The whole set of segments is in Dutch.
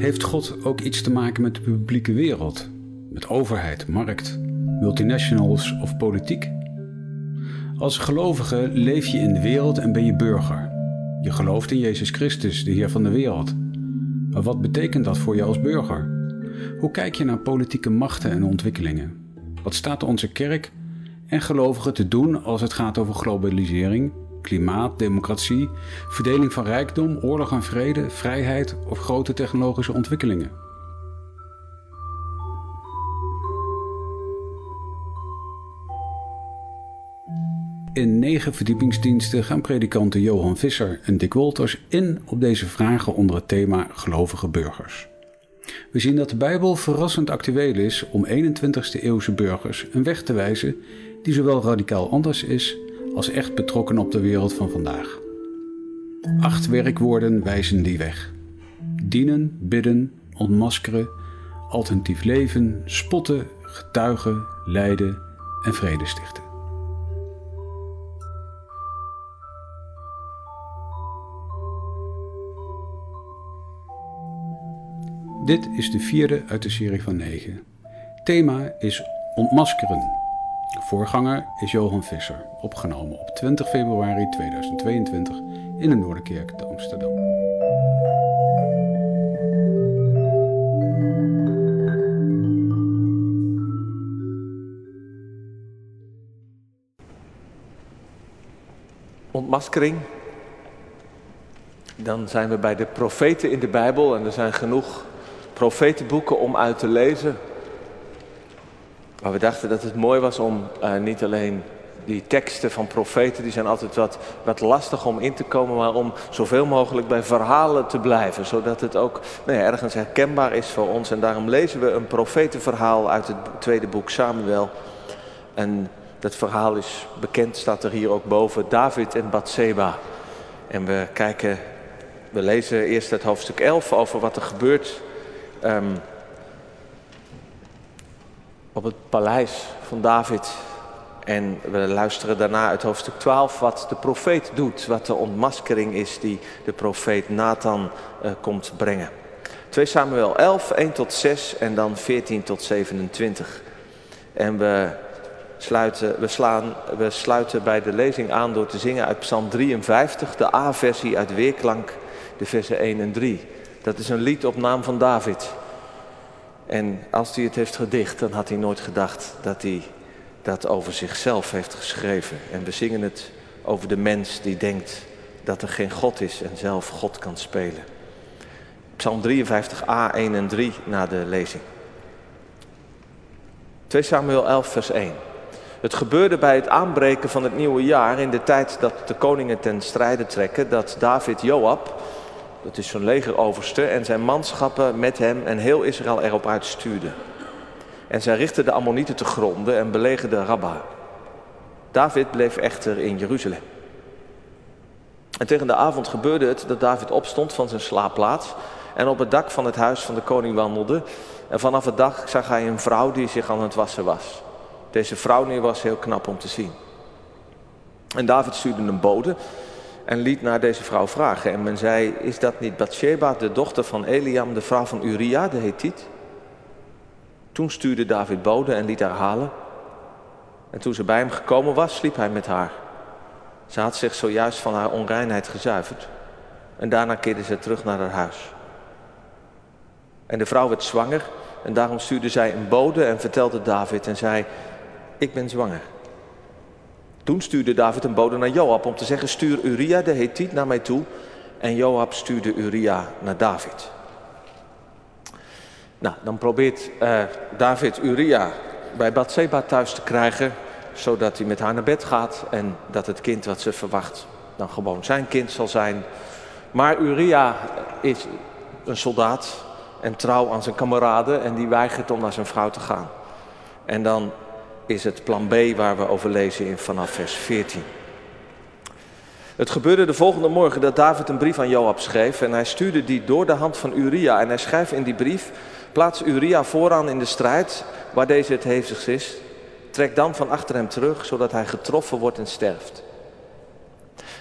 Heeft God ook iets te maken met de publieke wereld? Met overheid, markt, multinationals of politiek? Als gelovige leef je in de wereld en ben je burger. Je gelooft in Jezus Christus, de Heer van de wereld. Maar wat betekent dat voor je als burger? Hoe kijk je naar politieke machten en ontwikkelingen? Wat staat onze kerk en gelovigen te doen als het gaat over globalisering, klimaat, democratie, verdeling van rijkdom, oorlog en vrede, vrijheid of grote technologische ontwikkelingen? In 9 verdiepingsdiensten gaan predikanten Johan Visser en Dick Wolters in op deze vragen onder het thema gelovige burgers. We zien dat de Bijbel verrassend actueel is om 21ste eeuwse burgers een weg te wijzen die zowel radicaal anders is als echt betrokken op de wereld van vandaag. 8 werkwoorden wijzen die weg. Dienen, bidden, ontmaskeren, alternatief leven, spotten, getuigen, lijden en vrede stichten. Dit is de 4e uit de serie van 9. Thema is ontmaskeren. De voorganger is Johan Visser, opgenomen op 20 februari 2022 in de Noorderkerk te Amsterdam. Ontmaskering. Dan zijn we bij de profeten in de Bijbel en er zijn genoeg profetenboeken om uit te lezen. Maar we dachten dat het mooi was om niet alleen die teksten van profeten, die zijn altijd wat lastig om in te komen, maar om zoveel mogelijk bij verhalen te blijven. Zodat het ook ergens herkenbaar is voor ons. En daarom lezen we een profetenverhaal uit het tweede boek Samuel. En dat verhaal is bekend, staat er hier ook boven, David en Batseba. En we lezen eerst het hoofdstuk 11 over wat er gebeurt op het paleis van David. En we luisteren daarna uit hoofdstuk 12 wat de profeet doet. Wat de ontmaskering is die de profeet Nathan komt brengen. 2 Samuel 11, 1 tot 6 en dan 14 tot 27. En we sluiten bij de lezing aan door te zingen uit Psalm 53. De A-versie uit Weerklank, de versen 1 en 3. Dat is een lied op naam van David. En als hij het heeft gedicht, dan had hij nooit gedacht dat hij dat over zichzelf heeft geschreven. En we zingen het over de mens die denkt dat er geen God is en zelf God kan spelen. Psalm 53a, 1 en 3 na de lezing. 2 Samuel 11 vers 1. Het gebeurde bij het aanbreken van het nieuwe jaar, in de tijd dat de koningen ten strijde trekken, dat David Joab, dat is zo'n legeroverste, en zijn manschappen met hem en heel Israël erop uitstuurden. En zij richtten de Ammonieten te gronde en belegerden Rabba. David bleef echter in Jeruzalem. En tegen de avond gebeurde het dat David opstond van zijn slaapplaats en op het dak van het huis van de koning wandelde. En vanaf het dak zag hij een vrouw die zich aan het wassen was. Deze vrouw nu was heel knap om te zien. En David stuurde een bode en liet naar deze vrouw vragen. En men zei, is dat niet Batseba, de dochter van Eliam, de vrouw van Uria, de Hethiet? Toen stuurde David bode en liet haar halen. En toen ze bij hem gekomen was, sliep hij met haar. Ze had zich zojuist van haar onreinheid gezuiverd. En daarna keerde ze terug naar haar huis. En de vrouw werd zwanger en daarom stuurde zij een bode en vertelde David en zei, ik ben zwanger. Toen stuurde David een bode naar Joab om te zeggen, stuur Uria de Hethiet naar mij toe. En Joab stuurde Uria naar David. Nou, dan probeert David Uria bij Batseba thuis te krijgen, zodat hij met haar naar bed gaat en dat het kind wat ze verwacht dan gewoon zijn kind zal zijn. Maar Uria is een soldaat en trouw aan zijn kameraden en die weigert om naar zijn vrouw te gaan. En dan is het plan B waar we over lezen vanaf vers 14. Het gebeurde de volgende morgen dat David een brief aan Joab schreef en hij stuurde die door de hand van Uria. En hij schrijft in die brief, plaats Uria vooraan in de strijd waar deze het hevigst is. Trek dan van achter hem terug, zodat hij getroffen wordt en sterft.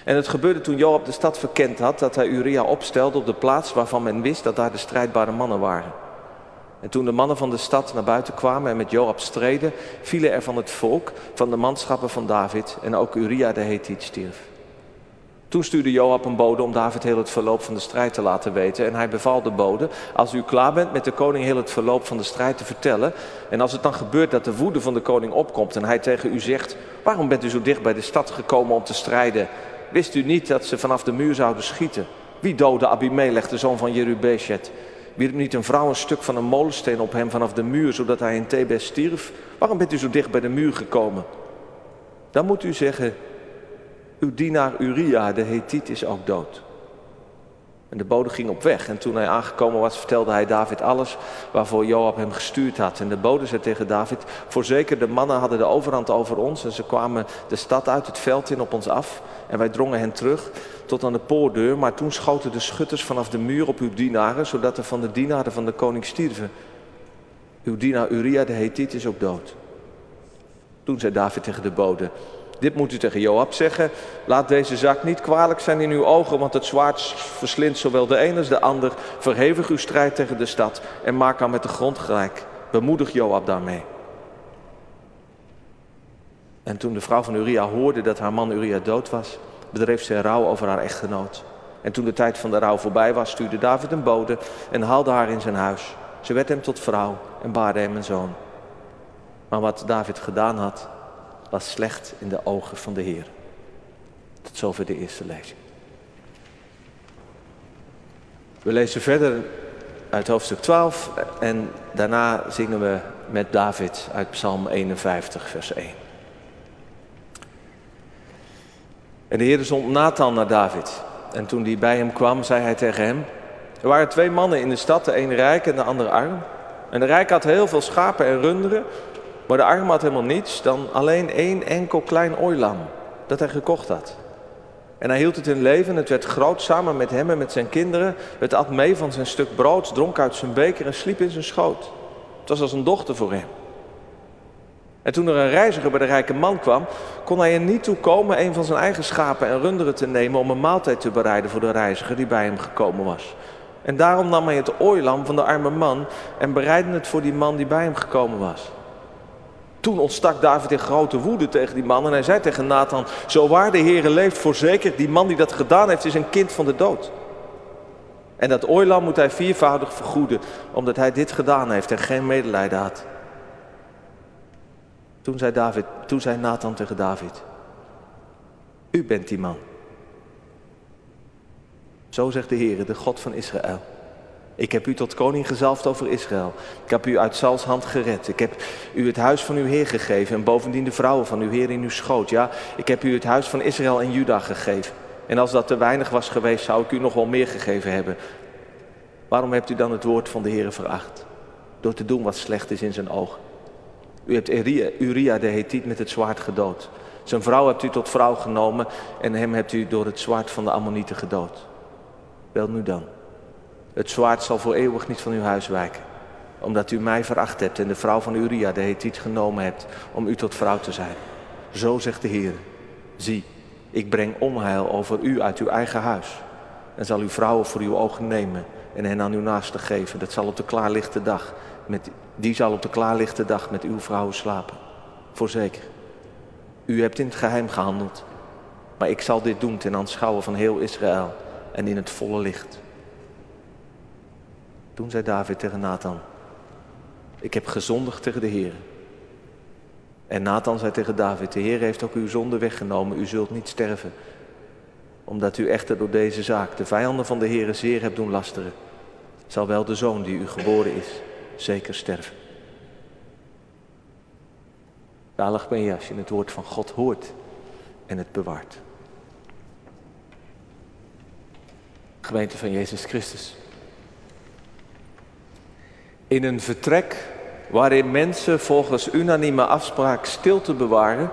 En het gebeurde toen Joab de stad verkend had, dat hij Uria opstelde op de plaats waarvan men wist dat daar de strijdbare mannen waren. En toen de mannen van de stad naar buiten kwamen en met Joab streden, vielen er van het volk, van de manschappen van David en ook Uria de Hethiet stierf. Toen stuurde Joab een bode om David heel het verloop van de strijd te laten weten. En hij beval de bode: als u klaar bent met de koning heel het verloop van de strijd te vertellen, en als het dan gebeurt dat de woede van de koning opkomt en hij tegen u zegt: waarom bent u zo dicht bij de stad gekomen om te strijden? Wist u niet dat ze vanaf de muur zouden schieten? Wie doodde Abimelech, de zoon van Jerubeshet? Wierp niet een vrouw een stuk van een molensteen op hem vanaf de muur, zodat hij in Thebes stierf? Waarom bent u zo dicht bij de muur gekomen? Dan moet u zeggen: uw dienaar Uria, de Hethiet, is ook dood. En de bode ging op weg en toen hij aangekomen was, vertelde hij David alles waarvoor Joab hem gestuurd had. En de bode zei tegen David: voorzeker, de mannen hadden de overhand over ons en ze kwamen de stad uit het veld in op ons af. En wij drongen hen terug tot aan de poortdeur, maar toen schoten de schutters vanaf de muur op uw dienaren, zodat er van de dienaren van de koning stierven. Uw dienaar Uria, de Hethiet, is ook dood. Toen zei David tegen de bode: dit moet u tegen Joab zeggen: laat deze zaak niet kwalijk zijn in uw ogen, want het zwaard verslindt zowel de een als de ander. Verhevig uw strijd tegen de stad en maak haar met de grond gelijk. Bemoedig Joab daarmee. En toen de vrouw van Uria hoorde dat haar man Uria dood was, bedreef ze rouw over haar echtgenoot. En toen de tijd van de rouw voorbij was, stuurde David een bode en haalde haar in zijn huis. Ze werd hem tot vrouw en baarde hem een zoon. Maar wat David gedaan had, was slecht in de ogen van de Heer. Tot zover de eerste lezing. We lezen verder uit hoofdstuk 12 en daarna zingen we met David uit Psalm 51, vers 1. En de Heer zond Nathan naar David. En toen die bij hem kwam, zei hij tegen hem: er waren 2 mannen in de stad, de een rijk en de ander arm. En de rijk had heel veel schapen en runderen, maar de arm had helemaal niets dan alleen 1 enkel klein ooilam dat hij gekocht had. En hij hield het in leven, het werd groot samen met hem en met zijn kinderen. Het at mee van zijn stuk brood, dronk uit zijn beker en sliep in zijn schoot. Het was als een dochter voor hem. En toen er een reiziger bij de rijke man kwam, kon hij er niet toe komen een van zijn eigen schapen en runderen te nemen om een maaltijd te bereiden voor de reiziger die bij hem gekomen was. En daarom nam hij het ooilam van de arme man en bereidde het voor die man die bij hem gekomen was. Toen ontstak David in grote woede tegen die man en hij zei tegen Nathan: zo waar de Heere leeft, voorzeker, die man die dat gedaan heeft is een kind van de dood. En dat ooilam moet hij 4voudig vergoeden, omdat hij dit gedaan heeft en geen medelijden had. Toen zei Nathan tegen David: u bent die man. Zo zegt de Heere, de God van Israël: ik heb u tot koning gezalfd over Israël. Ik heb u uit Sauls hand gered. Ik heb u het huis van uw Heer gegeven en bovendien de vrouwen van uw Heer in uw schoot. Ja, ik heb u het huis van Israël en Juda gegeven. En als dat te weinig was geweest, zou ik u nog wel meer gegeven hebben. Waarom hebt u dan het woord van de Heere veracht? Door te doen wat slecht is in zijn ogen. U hebt Uria de Hethiet met het zwaard gedood. Zijn vrouw hebt u tot vrouw genomen en hem hebt u door het zwaard van de Ammonieten gedood. Wel nu dan. Het zwaard zal voor eeuwig niet van uw huis wijken, omdat u mij veracht hebt en de vrouw van Uria de Hethiet genomen hebt om u tot vrouw te zijn. Zo zegt de Heer: zie, ik breng onheil over u uit uw eigen huis en zal uw vrouwen voor uw ogen nemen en hen aan uw naasten geven. Die zal op de klaarlichte dag met uw vrouwen slapen. Voorzeker, u hebt in het geheim gehandeld, maar ik zal dit doen ten aanschouwen van heel Israël en in het volle licht. Toen zei David tegen Nathan: ik heb gezondigd tegen de Heer. En Nathan zei tegen David: de Heer heeft ook uw zonde weggenomen, u zult niet sterven. Omdat u echter door deze zaak de vijanden van de Heer zeer hebt doen lasteren, zal wel de zoon die u geboren is zeker sterven. Zalig ben je als je het woord van God hoort en het bewaart. Gemeente van Jezus Christus. In een vertrek waarin mensen volgens unanieme afspraak stilte bewaren,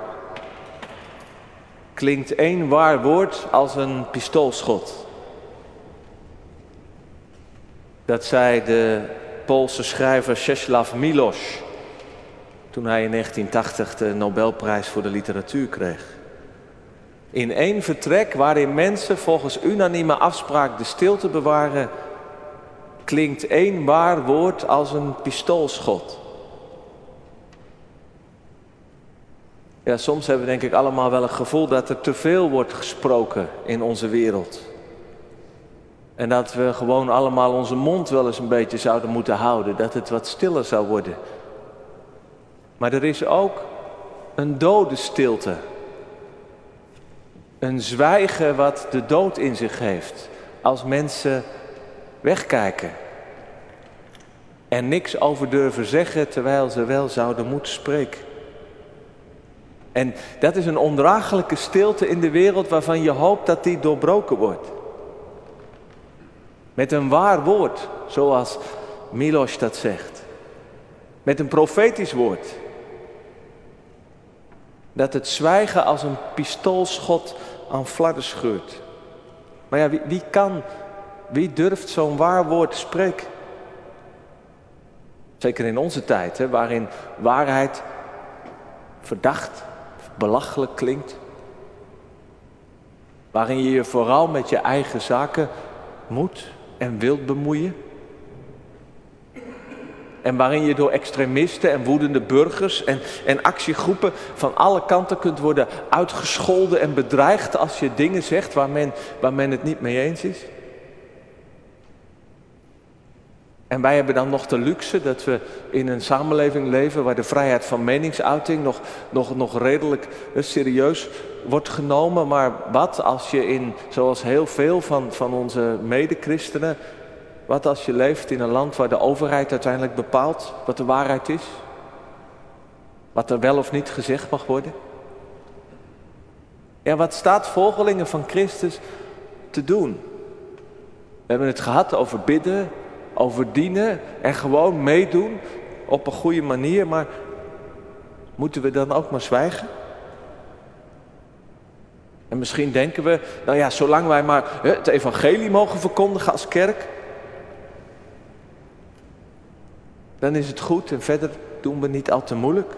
klinkt 1 waar woord als een pistoolschot. Dat zei de Poolse schrijver Czesław Miłosz toen hij in 1980 de Nobelprijs voor de literatuur kreeg. In één vertrek waarin mensen volgens unanieme afspraak de stilte bewaren, klinkt één waar woord als een pistoolschot. Ja, soms hebben we denk ik allemaal wel een gevoel dat er te veel wordt gesproken in onze wereld. En dat we gewoon allemaal onze mond wel eens een beetje zouden moeten houden. Dat het wat stiller zou worden. Maar er is ook een dode stilte. Een zwijgen wat de dood in zich heeft. Als mensen wegkijken. En niks over durven zeggen terwijl ze wel zouden moeten spreken. En dat is een ondraaglijke stilte in de wereld waarvan je hoopt dat die doorbroken wordt. Met een waar woord, zoals Miloš dat zegt. Met een profetisch woord. Dat het zwijgen als een pistoolschot aan flarden scheurt. Maar ja, wie durft zo'n waar woord te spreken? Zeker in onze tijd, hè, waarin waarheid verdacht, belachelijk klinkt. Waarin je je vooral met je eigen zaken moet en wilt bemoeien. En waarin je door extremisten en woedende burgers en actiegroepen van alle kanten kunt worden uitgescholden en bedreigd als je dingen zegt waar men het niet mee eens is. En wij hebben dan nog de luxe dat we in een samenleving leven waar de vrijheid van meningsuiting nog redelijk serieus wordt genomen. Maar wat als je zoals heel veel van onze medechristenen, wat als je leeft in een land waar de overheid uiteindelijk bepaalt wat de waarheid is? Wat er wel of niet gezegd mag worden? Ja, wat staat volgelingen van Christus te doen? We hebben het gehad over bidden, over dienen en gewoon meedoen op een goede manier, maar moeten we dan ook maar zwijgen? En misschien denken we, nou ja, zolang wij maar het evangelie mogen verkondigen als kerk, dan is het goed en verder doen we niet al te moeilijk.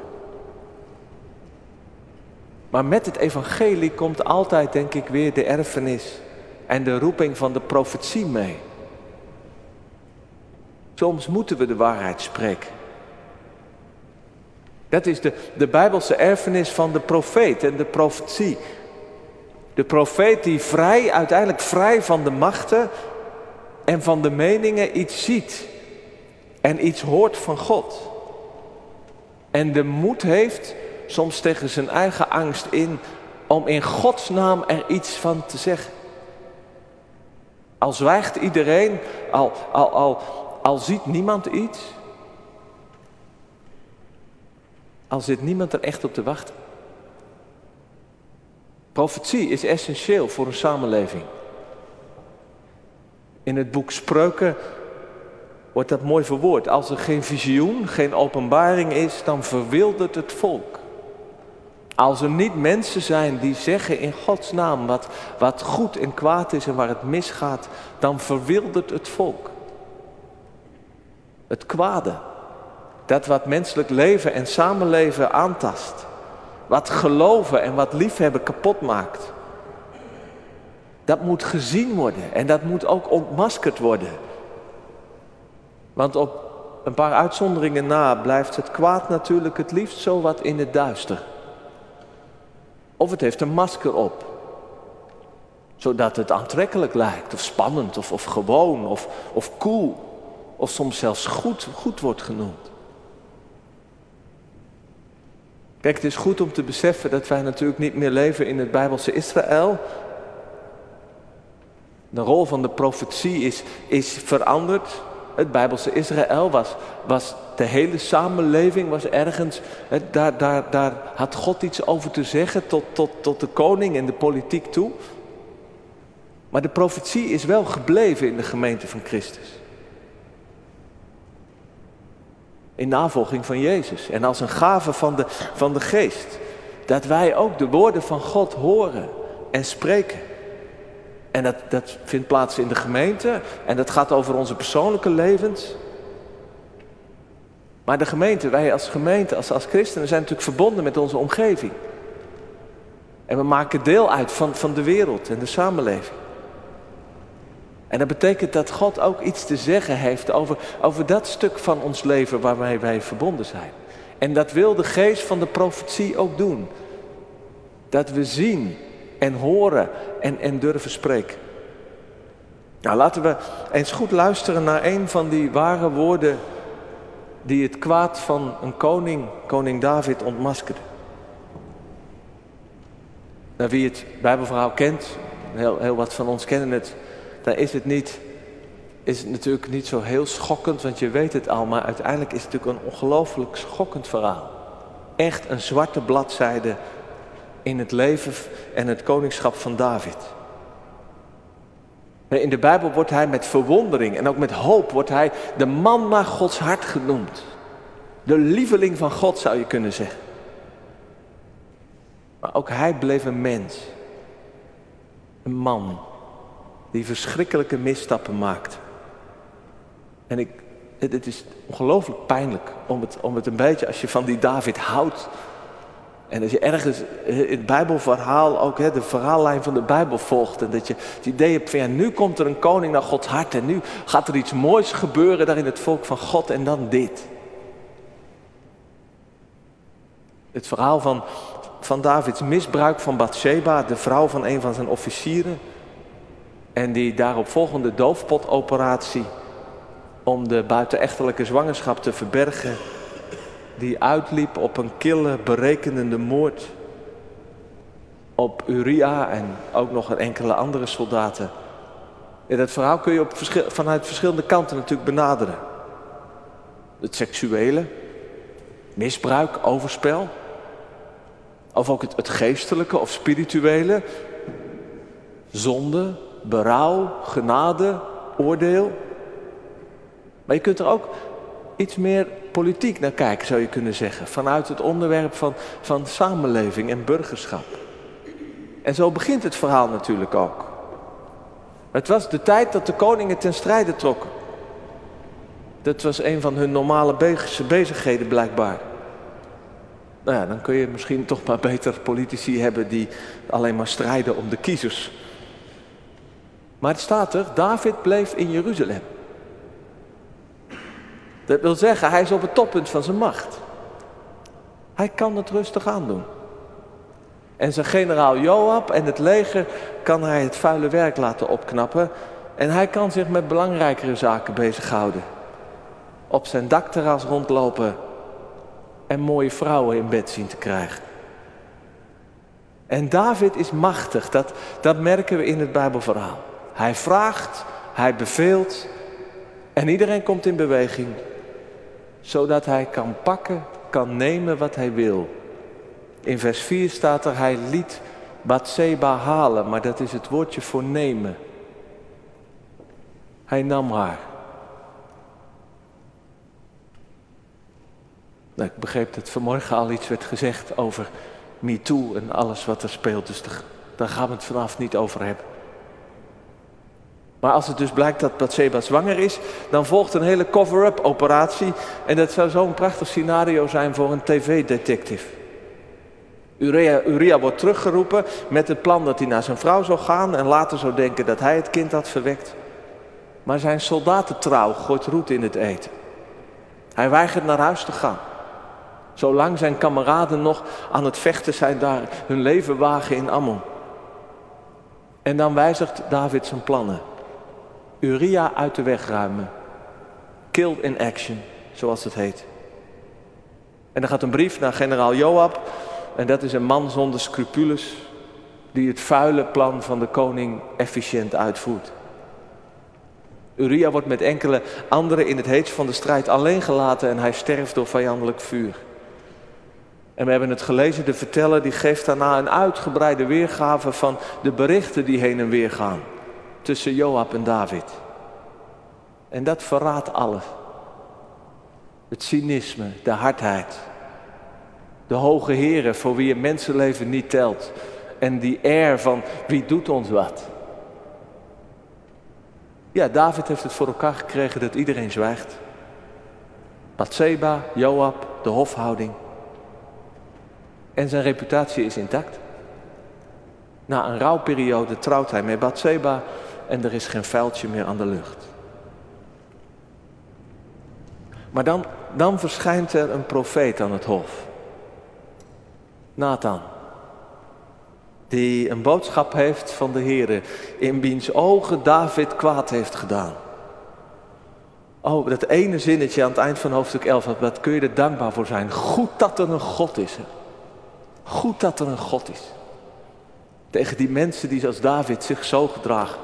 Maar met het evangelie komt altijd, denk ik, weer de erfenis en de roeping van de profetie mee. Soms moeten we de waarheid spreken. Dat is de Bijbelse erfenis van de profeet en de profetie. De profeet die uiteindelijk vrij van de machten en van de meningen iets ziet. En iets hoort van God. En de moed heeft, soms tegen zijn eigen angst in, om in Gods naam er iets van te zeggen. Al zwijgt iedereen, al ziet niemand iets. Al zit niemand er echt op te wachten. Profetie is essentieel voor een samenleving. In het boek Spreuken wordt dat mooi verwoord. Als er geen visioen, geen openbaring is, dan verwildert het volk. Als er niet mensen zijn die zeggen in Gods naam wat goed en kwaad is en waar het misgaat, dan verwildert het volk. Het kwade, dat wat menselijk leven en samenleven aantast, wat geloven en wat liefhebben kapot maakt, dat moet gezien worden en dat moet ook ontmaskerd worden. Want op een paar uitzonderingen na blijft het kwaad natuurlijk het liefst zo wat in het duister. Of het heeft een masker op. Zodat het aantrekkelijk lijkt, of spannend, of gewoon, of cool. Of soms zelfs goed wordt genoemd. Kijk, het is goed om te beseffen dat wij natuurlijk niet meer leven in het Bijbelse Israël. De rol van de profetie is veranderd. Het Bijbelse Israël was de hele samenleving was ergens, daar had God iets over te zeggen tot de koning en de politiek toe. Maar de profetie is wel gebleven in de gemeente van Christus. In navolging van Jezus en als een gave van de geest. Dat wij ook de woorden van God horen en spreken. En dat vindt plaats in de gemeente en dat gaat over onze persoonlijke levens. Maar de gemeente, wij als gemeente, als christenen zijn natuurlijk verbonden met onze omgeving. En we maken deel uit van de wereld en de samenleving. En dat betekent dat God ook iets te zeggen heeft over dat stuk van ons leven waarmee wij verbonden zijn. En dat wil de geest van de profetie ook doen. Dat we zien en horen en durven spreken. Nou, laten we eens goed luisteren naar een van die ware woorden die het kwaad van een koning David, ontmaskerde. Nou, wie het Bijbelverhaal kent, heel wat van ons kennen het, dan is het natuurlijk niet zo heel schokkend, want je weet het al, maar uiteindelijk is het natuurlijk een ongelooflijk schokkend verhaal. Echt een zwarte bladzijde in het leven en het koningschap van David. In de Bijbel wordt hij met verwondering en ook met hoop wordt hij de man naar Gods hart genoemd. De lieveling van God zou je kunnen zeggen. Maar ook hij bleef een mens. Een man die verschrikkelijke misstappen maakt. En het is ongelooflijk pijnlijk om het een beetje, als je van die David houdt. En als je ergens het Bijbelverhaal, ook de verhaallijn van de Bijbel volgt. En dat je het idee hebt van ja, nu komt er een koning naar Gods hart. En nu gaat er iets moois gebeuren daar in het volk van God. En dan dit. Het verhaal van Davids misbruik van Bathsheba, de vrouw van een van zijn officieren. En die daaropvolgende doofpotoperatie om de buitenechtelijke zwangerschap te verbergen. Die uitliep op een kille, berekenende moord op Uria en ook nog enkele andere soldaten. En dat verhaal kun je vanuit verschillende kanten natuurlijk benaderen. Het seksuele, misbruik, overspel. Of ook het geestelijke of spirituele. Zonde, berouw, genade, oordeel. Maar je kunt er ook iets meer politiek naar kijken, zou je kunnen zeggen. Vanuit het onderwerp van samenleving en burgerschap. En zo begint het verhaal natuurlijk ook. Het was de tijd dat de koningen ten strijde trokken. Dat was een van hun normale bezigheden blijkbaar. Nou ja, dan kun je misschien toch maar beter politici hebben die alleen maar strijden om de kiezers. Maar het staat er, David bleef in Jeruzalem. Dat wil zeggen, hij is op het toppunt van zijn macht. Hij kan het rustig aandoen. En zijn generaal Joab en het leger kan hij het vuile werk laten opknappen. En hij kan zich met belangrijkere zaken bezighouden. Op zijn dakterras rondlopen en mooie vrouwen in bed zien te krijgen. En David is machtig, dat merken we in het Bijbelverhaal. Hij vraagt, hij beveelt en iedereen komt in beweging. Zodat hij kan pakken, kan nemen wat hij wil. In vers 4 staat er, hij liet Bathsheba halen, maar dat is het woordje voor nemen. Hij nam haar. Nou, ik begreep dat vanmorgen al iets werd gezegd over MeToo en alles wat er speelt. Dus daar gaan we het vanaf niet over hebben. Maar als het dus blijkt dat Bathsheba zwanger is, dan volgt een hele cover-up operatie. En dat zou zo'n prachtig scenario zijn voor een tv-detective. Uria wordt teruggeroepen met het plan dat hij naar zijn vrouw zou gaan en later zou denken dat hij het kind had verwekt. Maar zijn soldatentrouw gooit roet in het eten. Hij weigert naar huis te gaan. Zolang zijn kameraden nog aan het vechten zijn daar hun leven wagen in Ammon. En dan wijzigt David zijn plannen. Uria uit de weg ruimen. Killed in action, zoals het heet. En er gaat een brief naar generaal Joab. En dat is een man zonder scrupules. Die het vuile plan van de koning efficiënt uitvoert. Uria wordt met enkele anderen in het heetst van de strijd alleen gelaten. En hij sterft door vijandelijk vuur. En we hebben het gelezen, de verteller die geeft daarna een uitgebreide weergave van de berichten die heen en weer gaan. Tussen Joab en David. En dat verraadt alles. Het cynisme, de hardheid. De hoge heren voor wie een mensenleven niet telt. En die air van wie doet ons wat. Ja, David heeft het voor elkaar gekregen dat iedereen zwijgt. Bathsheba, Joab, de hofhouding. En zijn reputatie is intact. Na een rouwperiode trouwt hij met Batseba en er is geen vuiltje meer aan de lucht. Maar dan verschijnt er een profeet aan het hof. Nathan. Die een boodschap heeft van de Heere, in wiens ogen David kwaad heeft gedaan. Oh, dat ene zinnetje aan het eind van hoofdstuk 11, wat kun je er dankbaar voor zijn. Goed dat er een God is. Hè? Goed dat er een God is. Tegen die mensen die zoals David zich zo gedragen.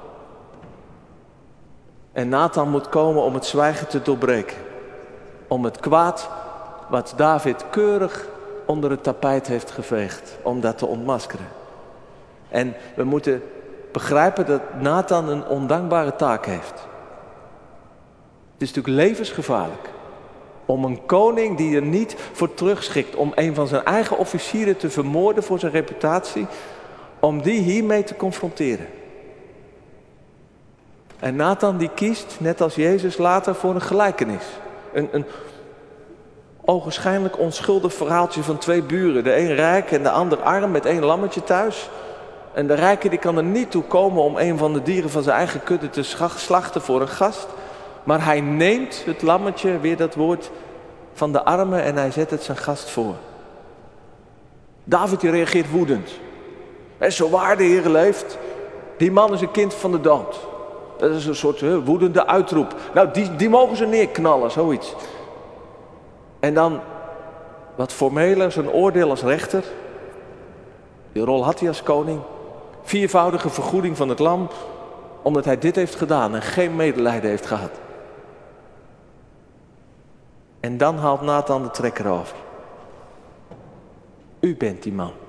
En Nathan moet komen om het zwijgen te doorbreken. Om het kwaad wat David keurig onder het tapijt heeft geveegd. Om dat te ontmaskeren. En we moeten begrijpen dat Nathan een ondankbare taak heeft. Het is natuurlijk levensgevaarlijk. Om een koning die er niet voor terugschikt. Om een van zijn eigen officieren te vermoorden voor zijn reputatie. Om die hiermee te confronteren. En Nathan die kiest, net als Jezus later, voor een gelijkenis. Een ogenschijnlijk onschuldig verhaaltje van twee buren. De een rijk en de ander arm met één lammetje thuis. En de rijke die kan er niet toe komen om een van de dieren van zijn eigen kudde te slachten voor een gast. Maar hij neemt het lammetje, weer dat woord, van de arme en hij zet het zijn gast voor. David die reageert woedend. En zo waar de Heer leeft, die man is een kind van de dood. Dat is een soort woedende uitroep. Nou, die mogen ze neerknallen, zoiets. En dan, wat formeler, zijn oordeel als rechter. Die rol had hij als koning. 4voudige vergoeding van het lam, omdat hij dit heeft gedaan en geen medelijden heeft gehad. En dan haalt Nathan de trekker over. U bent die man.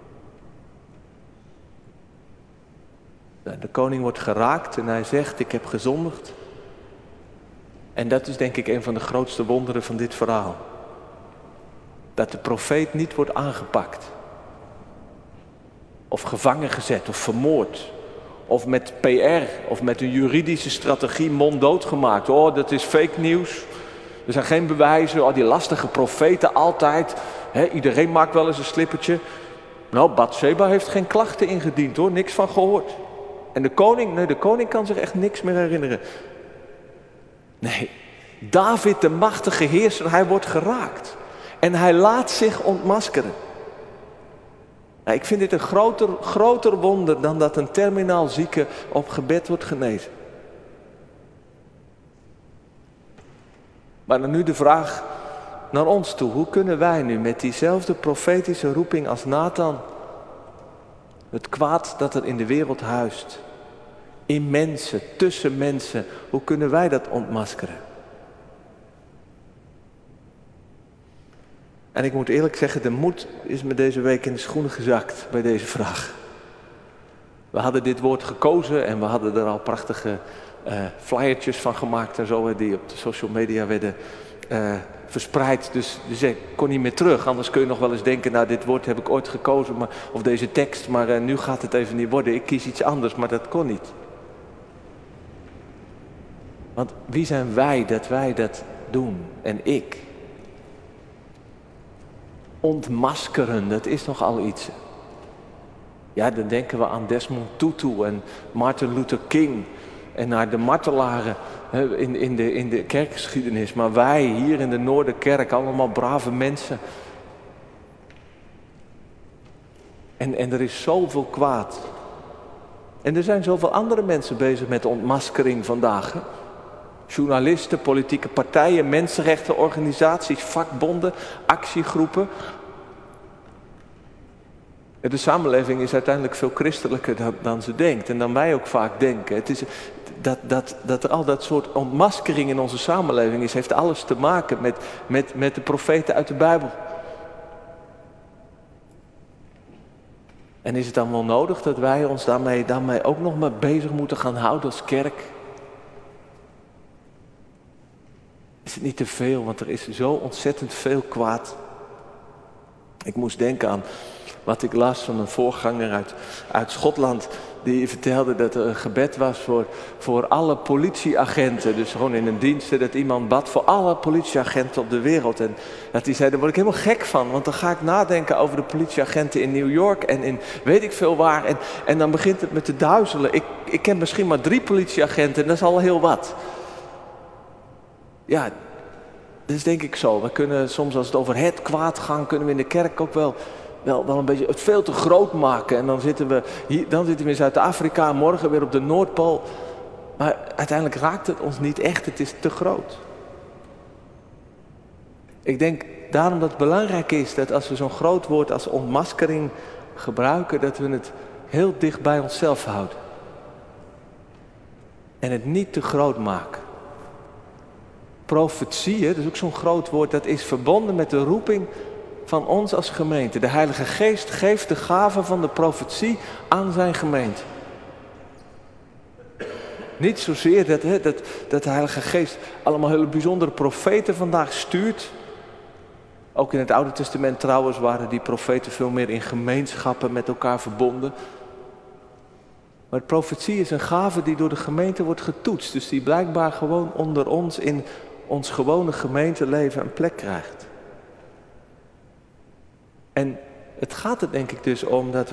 De koning wordt geraakt en hij zegt, ik heb gezondigd. En dat is denk ik een van de grootste wonderen van dit verhaal. Dat de profeet niet wordt aangepakt. Of gevangen gezet of vermoord. Of met PR of met een juridische strategie monddood gemaakt. Oh, dat is fake nieuws. Er zijn geen bewijzen. Oh, die lastige profeten altijd. Iedereen maakt wel eens een slippertje. Nou, Batseba heeft geen klachten ingediend hoor. Niks van gehoord. En de koning kan zich echt niks meer herinneren. Nee, David de machtige heerser, hij wordt geraakt. En hij laat zich ontmaskeren. Nou, ik vind dit een groter wonder dan dat een terminaal zieke op gebed wordt genezen. Maar dan nu de vraag naar ons toe. Hoe kunnen wij nu met diezelfde profetische roeping als Nathan het kwaad dat er in de wereld huist, in mensen, tussen mensen, hoe kunnen wij dat ontmaskeren? En ik moet eerlijk zeggen, de moed is me deze week in de schoenen gezakt bij deze vraag. We hadden dit woord gekozen en we hadden er al prachtige flyertjes van gemaakt en zo, die op de social media werden verspreid. Dus ik kon niet meer terug. Anders kun je nog wel eens denken, nou dit woord heb ik ooit gekozen, of deze tekst, maar nu gaat het even niet worden. Ik kies iets anders, maar dat kon niet. Want wie zijn wij dat doen? En ik. Ontmaskeren, dat is nogal iets. Ja, dan denken we aan Desmond Tutu en Martin Luther King en naar de martelaren in de kerkgeschiedenis. Maar wij hier in de Noorderkerk, allemaal brave mensen. En er is zoveel kwaad. En er zijn zoveel andere mensen bezig met ontmaskering vandaag. Hè? Journalisten, politieke partijen, mensenrechtenorganisaties, vakbonden, actiegroepen. De samenleving is uiteindelijk veel christelijker dan ze denkt. En dan wij ook vaak denken. Het is dat er al dat soort ontmaskering in onze samenleving is, heeft alles te maken met de profeten uit de Bijbel. En is het dan wel nodig dat wij ons daarmee ook nog maar bezig moeten gaan houden als kerk? Is het niet te veel, want er is zo ontzettend veel kwaad. Ik moest denken aan wat ik las van een voorganger uit Schotland. die vertelde dat er een gebed was voor alle politieagenten. Dus gewoon in een dienst, dat iemand bad voor alle politieagenten op de wereld. En dat hij zei, daar word ik helemaal gek van. Want dan ga ik nadenken over de politieagenten in New York en in weet ik veel waar. En dan begint het me te duizelen. Ik ken misschien maar 3 politieagenten en dat is al heel wat. Ja, dat is denk ik zo. We kunnen soms als het over het kwaad gaat, kunnen we in de kerk ook wel een beetje het veel te groot maken. En dan zitten we in Zuid-Afrika, morgen weer op de Noordpool. Maar uiteindelijk raakt het ons niet echt, het is te groot. Ik denk daarom dat het belangrijk is dat als we zo'n groot woord als ontmaskering gebruiken, dat we het heel dicht bij onszelf houden. En het niet te groot maken. Profetieën, dat is ook zo'n groot woord, dat is verbonden met de roeping van ons als gemeente. De Heilige Geest geeft de gave van de profetie aan zijn gemeente. Niet zozeer dat de Heilige Geest allemaal hele bijzondere profeten vandaag stuurt. Ook in het Oude Testament trouwens waren die profeten veel meer in gemeenschappen met elkaar verbonden. Maar profetie is een gave die door de gemeente wordt getoetst. Dus die blijkbaar gewoon onder ons in ons gewone gemeenteleven een plek krijgt. En het gaat er denk ik dus om dat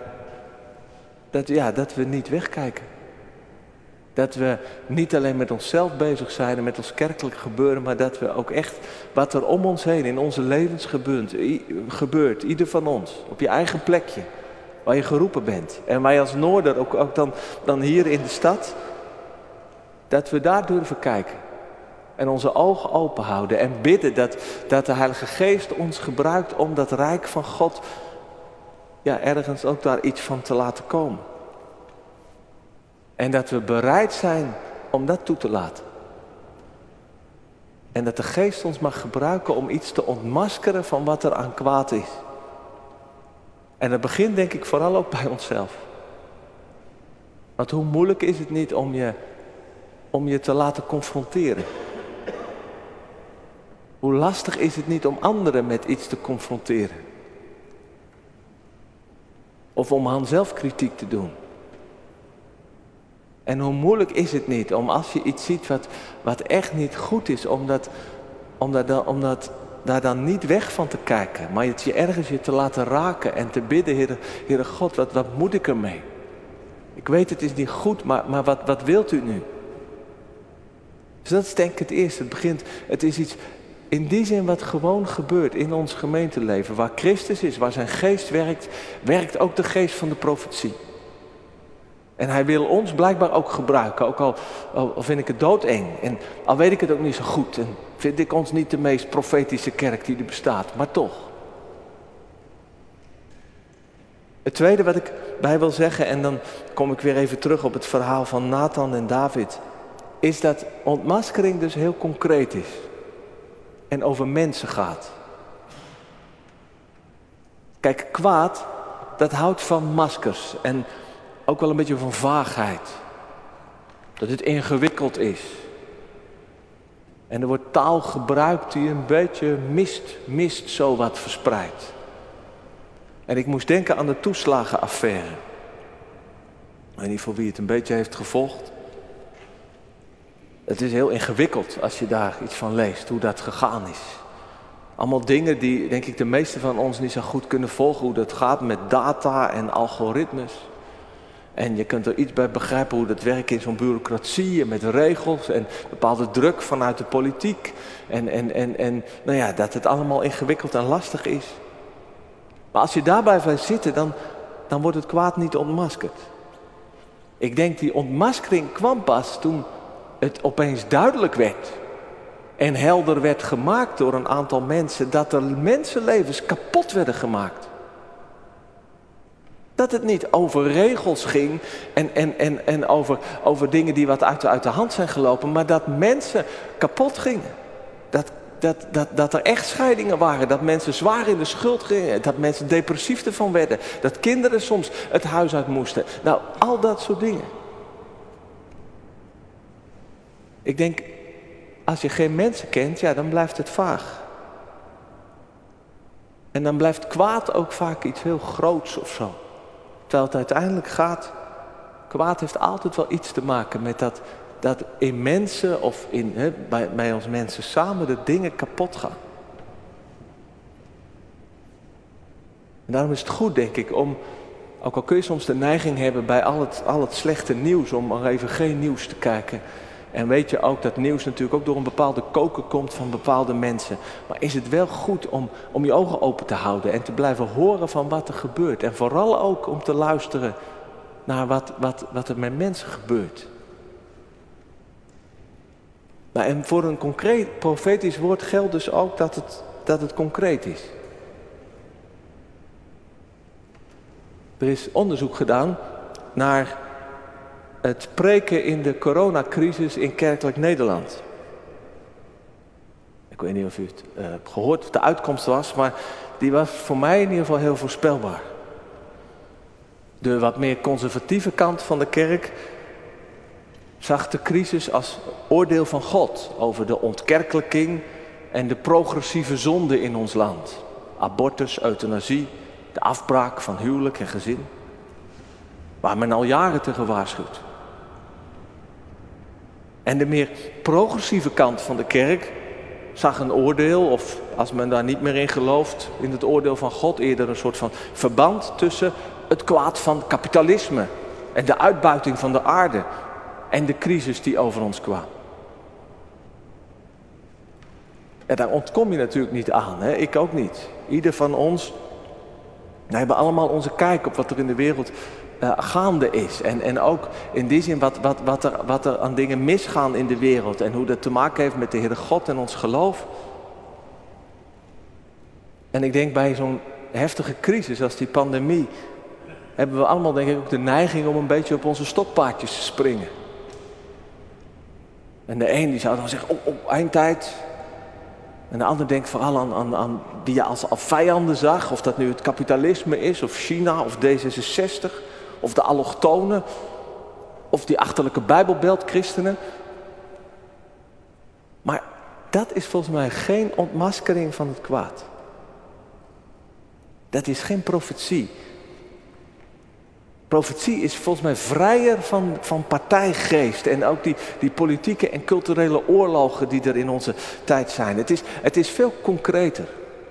we niet wegkijken. Dat we niet alleen met onszelf bezig zijn en met ons kerkelijk gebeuren, maar dat we ook echt wat er om ons heen in onze levens gebeurt, ieder van ons, op je eigen plekje, waar je geroepen bent. En wij als Noorder, ook dan hier in de stad, dat we daar durven kijken. En onze ogen open houden en bidden dat de Heilige Geest ons gebruikt om dat rijk van God, ergens ook daar iets van te laten komen. En dat we bereid zijn om dat toe te laten. En dat de Geest ons mag gebruiken om iets te ontmaskeren van wat er aan kwaad is. En dat begint denk ik vooral ook bij onszelf. Want hoe moeilijk is het niet om je te laten confronteren? Hoe lastig is het niet om anderen met iets te confronteren? Of om aan zelfkritiek te doen? En hoe moeilijk is het niet om als je iets ziet wat echt niet goed is, om daar dan niet weg van te kijken, maar het je ergens te laten raken en te bidden, Heere God, wat moet ik ermee? Ik weet het is niet goed, maar wat wilt u nu? Dus dat is denk ik het eerste. Het is iets in die zin wat gewoon gebeurt in ons gemeenteleven. Waar Christus is, waar zijn geest werkt ook de geest van de profetie. En hij wil ons blijkbaar ook gebruiken, ook al vind ik het doodeng. En al weet ik het ook niet zo goed. En vind ik ons niet de meest profetische kerk die er bestaat, maar toch. Het tweede wat ik bij wil zeggen, en dan kom ik weer even terug op het verhaal van Nathan en David, is dat ontmaskering dus heel concreet is. En over mensen gaat. Kijk, kwaad, dat houdt van maskers en ook wel een beetje van vaagheid. Dat het ingewikkeld is. En er wordt taal gebruikt die een beetje mist zo wat verspreidt. En ik moest denken aan de toeslagenaffaire. Ik weet niet voor wie het een beetje heeft gevolgd. Het is heel ingewikkeld als je daar iets van leest, hoe dat gegaan is. Allemaal dingen die, denk ik, de meeste van ons niet zo goed kunnen volgen. Hoe dat gaat met data en algoritmes. En je kunt er iets bij begrijpen hoe dat werkt in zo'n bureaucratie en met regels en bepaalde druk vanuit de politiek. En dat het allemaal ingewikkeld en lastig is. Maar als je daarbij blijft zitten, dan wordt het kwaad niet ontmaskerd. Ik denk die ontmaskering kwam pas toen het opeens duidelijk werd en helder werd gemaakt door een aantal mensen dat er mensenlevens kapot werden gemaakt. Dat het niet over regels ging en over dingen die wat uit de hand zijn gelopen, maar dat mensen kapot gingen. Dat er echtscheidingen waren, dat mensen zwaar in de schuld gingen, dat mensen depressief ervan werden, dat kinderen soms het huis uit moesten. Nou, al dat soort dingen. Ik denk, als je geen mensen kent, dan blijft het vaag. En dan blijft kwaad ook vaak iets heel groots of zo. Terwijl het uiteindelijk gaat Kwaad heeft altijd wel iets te maken met dat in mensen of bij ons mensen samen de dingen kapot gaan. En daarom is het goed, denk ik, om, ook al kun je soms de neiging hebben bij al het slechte nieuws, om maar even geen nieuws te kijken. En weet je ook dat nieuws natuurlijk ook door een bepaalde koker komt van bepaalde mensen. Maar is het wel goed om je ogen open te houden en te blijven horen van wat er gebeurt. En vooral ook om te luisteren naar wat er met mensen gebeurt. Nou, en voor een concreet profetisch woord geldt dus ook dat het concreet is. Er is onderzoek gedaan naar het preken in de coronacrisis in kerkelijk Nederland. Ik weet niet of u het hebt gehoord, wat de uitkomst was, maar die was voor mij in ieder geval heel voorspelbaar. De wat meer conservatieve kant van de kerk zag de crisis als oordeel van God over de ontkerkelijking en de progressieve zonde in ons land. Abortus, euthanasie, de afbraak van huwelijk en gezin. Waar men al jaren tegen waarschuwt. En de meer progressieve kant van de kerk zag een oordeel, of als men daar niet meer in gelooft, in het oordeel van God, eerder een soort van verband tussen het kwaad van kapitalisme en de uitbuiting van de aarde en de crisis die over ons kwam. En daar ontkom je natuurlijk niet aan, hè? Ik ook niet. Ieder van ons, wij hebben allemaal onze kijk op wat er in de wereld gaande is. En ook in die zin wat er aan dingen misgaan in de wereld. En hoe dat te maken heeft met de Heere God en ons geloof. En ik denk bij zo'n heftige crisis als die pandemie, hebben we allemaal denk ik ook de neiging om een beetje op onze stokpaardjes te springen. En de een die zou dan zeggen, eindtijd. En de ander denkt vooral aan die je als vijanden zag. Of dat nu het kapitalisme is, of China, of D66, of de allochtonen, of die achterlijke bijbelbeltchristenen. Maar dat is volgens mij geen ontmaskering van het kwaad. Dat is geen profetie. Profetie is volgens mij vrijer van partijgeest en ook die politieke en culturele oorlogen die er in onze tijd zijn. Het is veel concreter.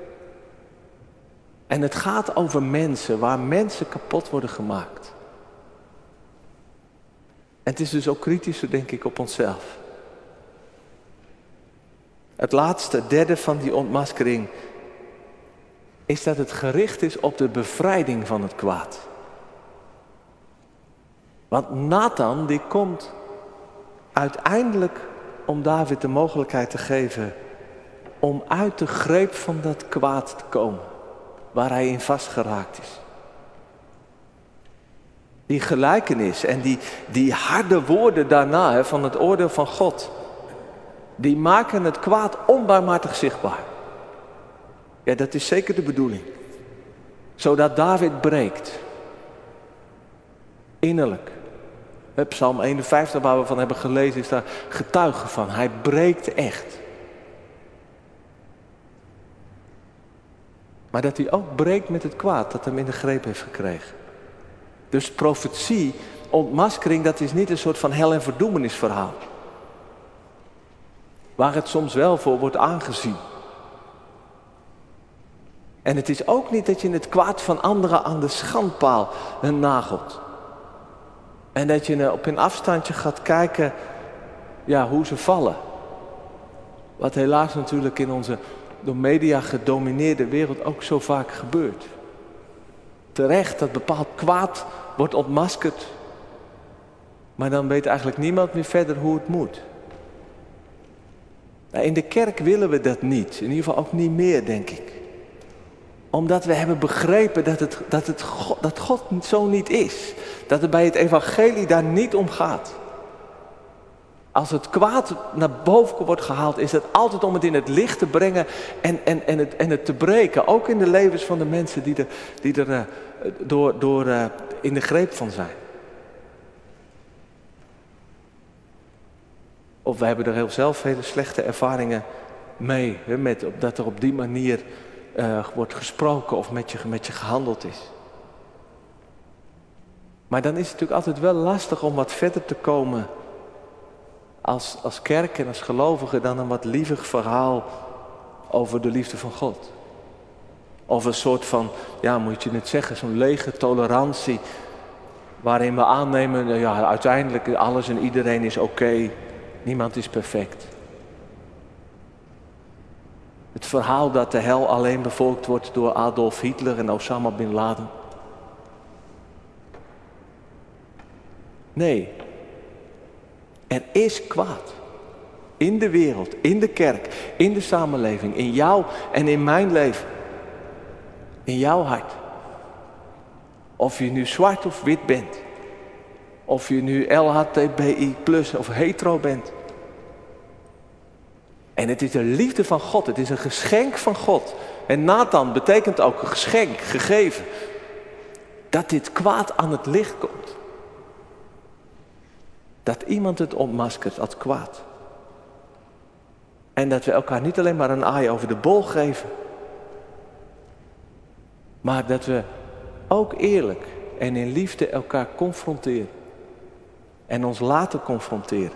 En het gaat over mensen, waar mensen kapot worden gemaakt. En het is dus ook kritischer, denk ik, op onszelf. Het laatste, het derde van die ontmaskering is dat het gericht is op de bevrijding van het kwaad. Want Nathan die komt uiteindelijk om David de mogelijkheid te geven om uit de greep van dat kwaad te komen, waar hij in vastgeraakt is. Die gelijkenis en die harde woorden daarna van het oordeel van God, die maken het kwaad onbarmhartig zichtbaar. Ja, dat is zeker de bedoeling. Zodat David breekt. Innerlijk. Psalm 51, waar we van hebben gelezen, is daar getuige van. Hij breekt echt. Maar dat hij ook breekt met het kwaad dat hem in de greep heeft gekregen. Dus profetie, ontmaskering, dat is niet een soort van hel- en verdoemenisverhaal. Waar het soms wel voor wordt aangezien. En het is ook niet dat je het kwaad van anderen aan de schandpaal nagelt. En dat je op een afstandje gaat kijken, ja, hoe ze vallen. Wat helaas natuurlijk in onze door media gedomineerde wereld ook zo vaak gebeurt. Terecht dat bepaald kwaad wordt ontmaskerd. Maar dan weet eigenlijk niemand meer verder hoe het moet. Nou, in de kerk willen we dat niet. In ieder geval ook niet meer, denk ik. Omdat we hebben begrepen dat God zo niet is. Dat het bij het evangelie daar niet om gaat. Als het kwaad naar boven wordt gehaald, is het altijd om het in het licht te brengen en het te breken. Ook in de levens van de mensen die er door in de greep van zijn. Of we hebben er heel zelf hele slechte ervaringen mee. Dat er op die manier wordt gesproken of met je gehandeld is. Maar dan is het natuurlijk altijd wel lastig om wat verder te komen als kerk en als gelovigen dan een wat lievig verhaal over de liefde van God. Of een soort van, ja, moet je het zeggen, zo'n lege tolerantie waarin we aannemen, ja, uiteindelijk alles en iedereen is oké, niemand is perfect. Het verhaal dat de hel alleen bevolkt wordt door Adolf Hitler en Osama Bin Laden. Nee, er is kwaad. In de wereld, in de kerk, in de samenleving, in jou en in mijn leven. In jouw hart. Of je nu zwart of wit bent. Of je nu LHTBI+ of hetero bent. En het is de liefde van God. Het is een geschenk van God. En Nathan betekent ook een geschenk, gegeven. Dat dit kwaad aan het licht komt. Dat iemand het ontmaskert als kwaad. En dat we elkaar niet alleen maar een aai over de bol geven. Maar dat we ook eerlijk en in liefde elkaar confronteren. En ons laten confronteren.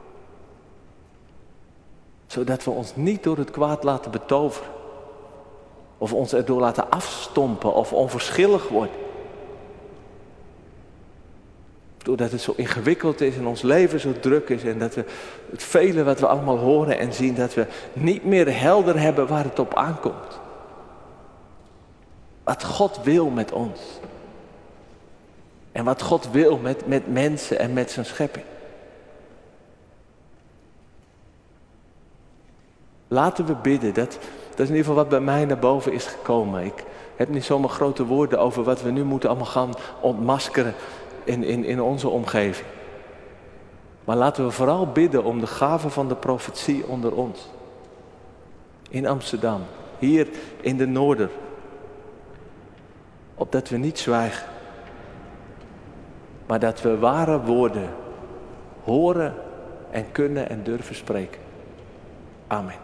Zodat we ons niet door het kwaad laten betoveren. Of ons erdoor laten afstompen of onverschillig worden. Doordat het zo ingewikkeld is en ons leven zo druk is. En dat we het vele wat we allemaal horen en zien. Dat we niet meer helder hebben waar het op aankomt. Wat God wil met ons. En wat God wil met mensen en met zijn schepping. Laten we bidden. Dat is in ieder geval wat bij mij naar boven is gekomen. Ik heb niet zomaar grote woorden over wat we nu moeten allemaal gaan ontmaskeren in onze omgeving. Maar laten we vooral bidden om de gave van de profetie onder ons. In Amsterdam. Hier in de Noorder. Opdat we niet zwijgen. Maar dat we ware woorden horen en kunnen en durven spreken. Amen.